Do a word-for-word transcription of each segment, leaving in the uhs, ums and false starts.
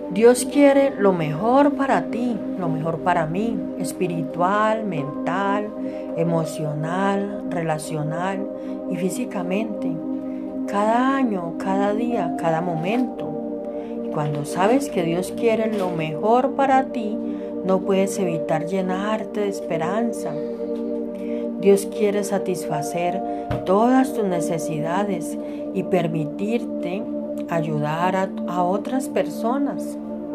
Dios quiere lo mejor para ti, lo mejor para mí, espiritual, mental, emocional, relacional y físicamente. Cada año, cada día, cada momento. Y cuando sabes que Dios quiere lo mejor para ti, no puedes evitar llenarte de esperanza. Dios quiere satisfacer todas tus necesidades y permitirte ayudar a, a otras personas.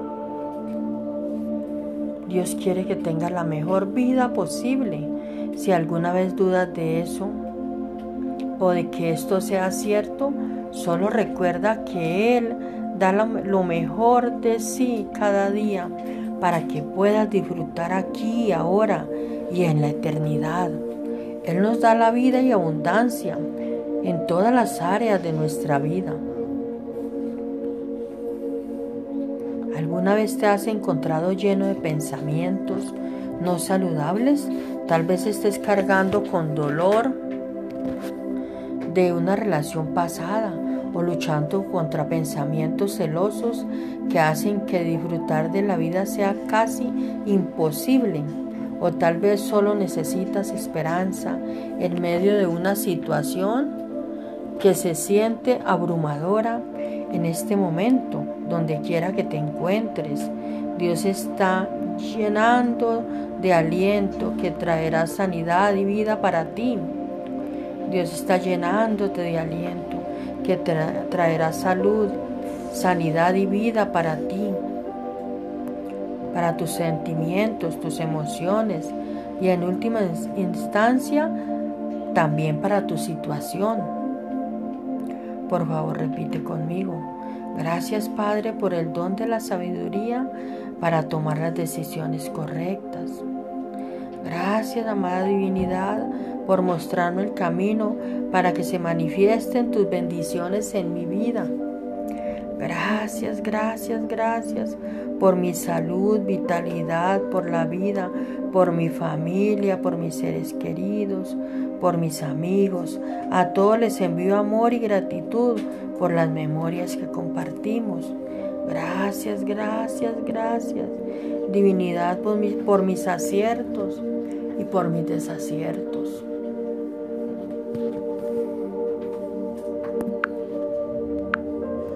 Dios quiere que tengas la mejor vida posible. Si alguna vez dudas de eso o de que esto sea cierto, solo recuerda que Él da lo mejor de sí cada día para que puedas disfrutar aquí, ahora y en la eternidad. Él nos da la vida y abundancia en todas las áreas de nuestra vida. ¿Alguna vez te has encontrado lleno de pensamientos no saludables? Tal vez estés cargando con dolor de una relación pasada o luchando contra pensamientos celosos que hacen que disfrutar de la vida sea casi imposible. O tal vez solo necesitas esperanza en medio de una situación que se siente abrumadora en este momento. Donde quiera que te encuentres, Dios está llenando de aliento que traerá sanidad y vida para ti. Dios está llenándote de aliento que tra- traerá salud, sanidad y vida para ti, para tus sentimientos, tus emociones y en última instancia también para tu situación. Por favor, repite conmigo. Gracias, Padre, por el don de la sabiduría para tomar las decisiones correctas. Gracias, amada divinidad, por mostrarme el camino para que se manifiesten tus bendiciones en mi vida. Gracias, gracias, gracias por mi salud, vitalidad, por la vida, por mi familia, por mis seres queridos, por mis amigos. A todos les envío amor y gratitud por las memorias que compartimos. Gracias, gracias, gracias, divinidad, por mis, por mis aciertos y por mis desaciertos.